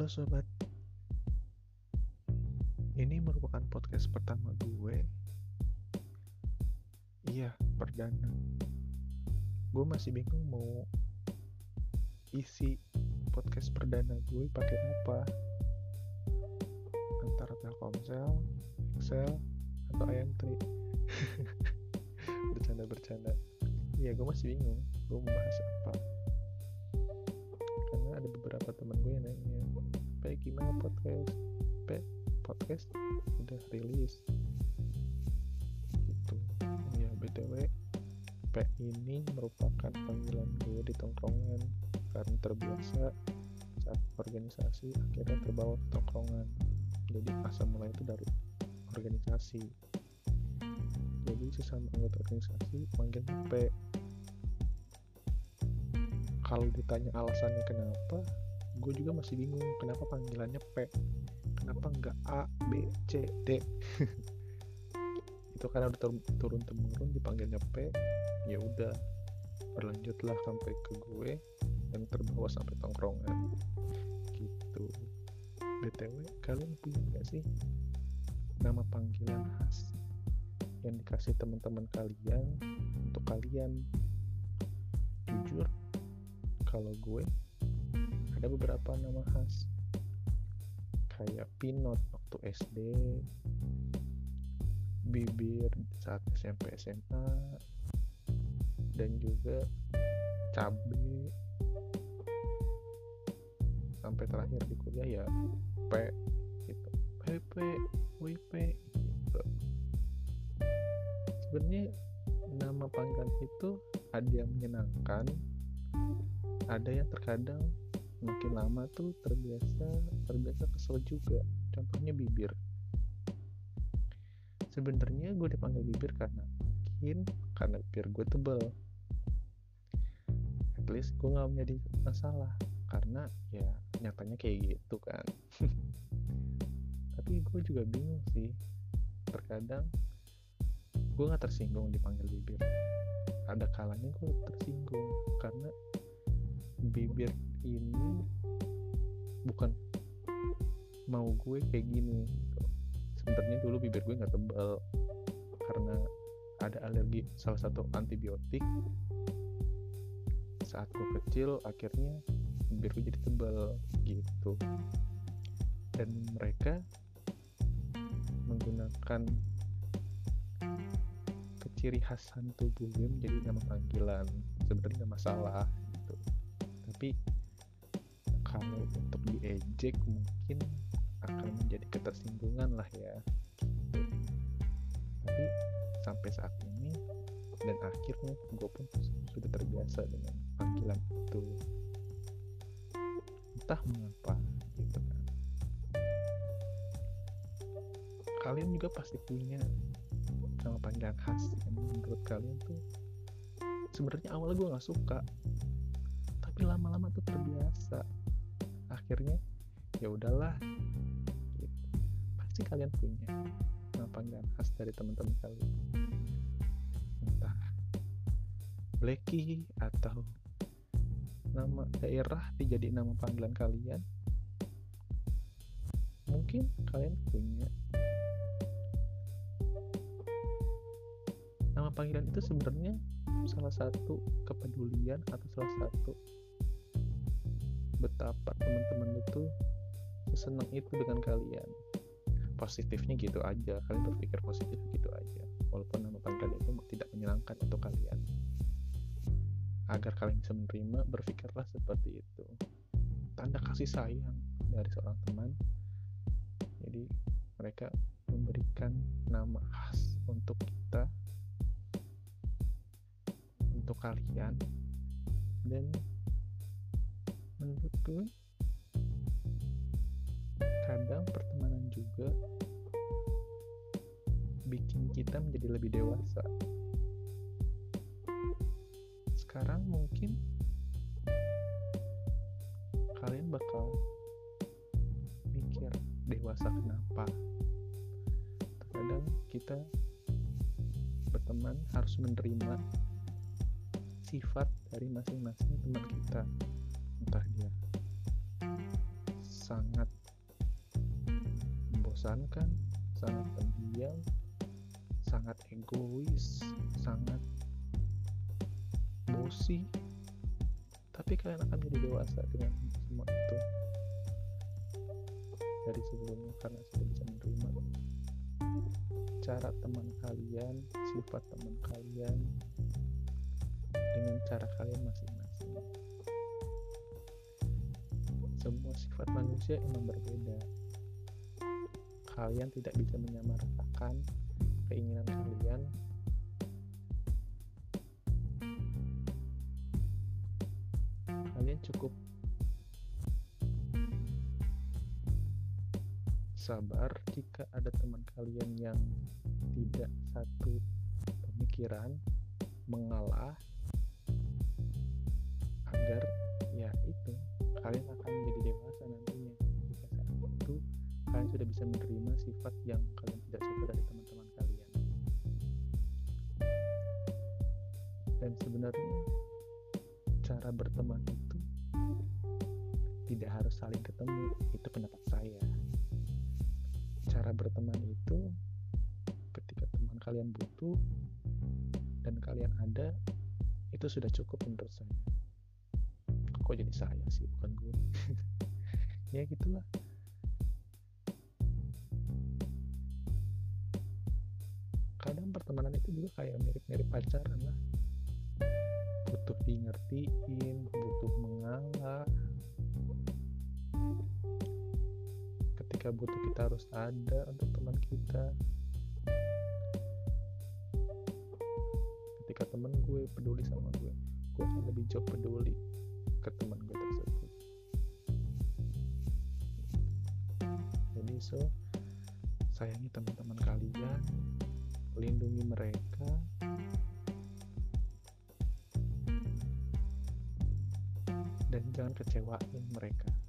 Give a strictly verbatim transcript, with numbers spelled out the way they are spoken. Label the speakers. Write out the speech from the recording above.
Speaker 1: Halo sobat, ini merupakan podcast pertama gue. Iya, perdana. Gue masih bingung mau isi podcast perdana gue pakai apa. Antara Telkomsel, Excel, atau I M tiga. Bercanda-bercanda. Iya, gue masih bingung. Gue mau bahas apa. Karena ada beberapa teman gue yang nanya, Pe, gimana podcast? Pe, podcast udah rilis gitu. Ya B T W P ini merupakan panggilan gue di tongkrongan karena terbiasa saat organisasi akhirnya terbawa ke tongkrongan. Jadi asal mulai itu dari organisasi. Jadi sesama anggota organisasi manggilnya P. Kalau ditanya alasannya kenapa, gue juga masih bingung kenapa panggilannya P. Kenapa enggak A, B, C, D? Itu karena udah turun temurun dipanggilnya P. Ya udah, berlanjutlah sampai ke gue yang terbawa sampai tongkrongan. Gitu. B T W, kalian punya nggak sih nama panggilan khas yang dikasih teman-teman kalian untuk kalian? Jujur, kalau gue ada beberapa nama khas kayak Pinot waktu S D, Bibir saat S M P S M A, dan juga Cabe sampai terakhir di kuliah ya P gitu, P P, W P gitu. Sebenarnya nama panggilan itu ada yang menyenangkan, ada yang terkadang makin lama tuh terbiasa terbiasa kesel juga. Contohnya Bibir. Sebenarnya gue dipanggil Bibir karena mungkin karena bibir gue tebel. At least gue nggak menjadi masalah karena ya nyatanya kayak gitu kan. Tapi gue juga bingung sih. Terkadang gue nggak tersinggung dipanggil Bibir. Ada kalanya gue tersinggung karena Bibir ini bukan mau gue kayak gini gitu. Sebenarnya dulu bibir gue nggak tebal karena ada alergi salah satu antibiotik. Saat gue kecil akhirnya bibir gue jadi tebal gitu. Dan mereka menggunakan keciri khasan tubuh gue menjadi nama panggilan. Sebenarnya nggak masalah gitu. Tapi kalau untuk diejek mungkin akan menjadi ketersinggungan lah ya gitu. Tapi sampai saat ini dan akhirnya gue pun sudah terbiasa dengan panggilan itu, entah mengapa gitu kan. Kalian juga pasti punya nama panggilan khas yang menurut kalian tuh sebenarnya awalnya gue nggak suka, tapi lama-lama tuh terbiasa. Akhirnya ya udahlah gitu. Pasti kalian punya nama panggilan khas dari teman-teman kalian, entah Blacky atau nama daerah dijadiin nama panggilan kalian. Mungkin kalian punya nama panggilan itu sebenarnya salah satu kepedulian atau salah satu betapa teman-teman lu tuh senang itu dengan kalian. Positifnya gitu aja, kalian berpikir positif gitu aja, walaupun nama panggilan itu tidak menyenangkan untuk kalian. Agar kalian bisa menerima, berpikirlah seperti itu. Tanda kasih sayang dari seorang teman. Jadi mereka memberikan nama khas untuk kita, untuk kalian. Dan menurut gue kadang pertemanan juga bikin kita menjadi lebih dewasa. Sekarang mungkin kalian bakal mikir dewasa kenapa. Terkadang kita berteman harus menerima sifat dari masing-masing teman kita, entah dia sangat membosankan, sangat pendiam, sangat egois, sangat bosi, tapi kalian akan menjadi dewasa dengan semua itu dari sebelumnya karena sudah bisa menerima cara teman kalian, sifat teman kalian dengan cara kalian masing-masing. Semua sifat manusia emang berbeda. Kalian tidak bisa menyamaratakan keinginan kalian kalian cukup sabar jika ada teman kalian yang tidak satu pemikiran, mengalah, agar ya itu kalian akan menjadi dewasa nantinya jika saat itu kalian sudah bisa menerima sifat yang kalian tidak suka dari teman-teman kalian. Dan sebenarnya cara berteman itu tidak harus saling ketemu, itu pendapat saya. Cara berteman itu ketika teman kalian butuh dan kalian ada, itu sudah cukup menurut saya. Kok jadi saya sih, bukan gue. Ya gitulah. Kadang pertemanan itu juga kayak mirip-mirip pacaran lah. Butuh di ngertiin, butuh mengalah. Ketika butuh kita harus ada untuk teman kita. Ketika teman gue peduli sama gue, gue akan lebih jauh peduli ke teman gue tersebut. Jadi so, sayangi teman-teman kalian, lindungi mereka, dan jangan kecewain mereka.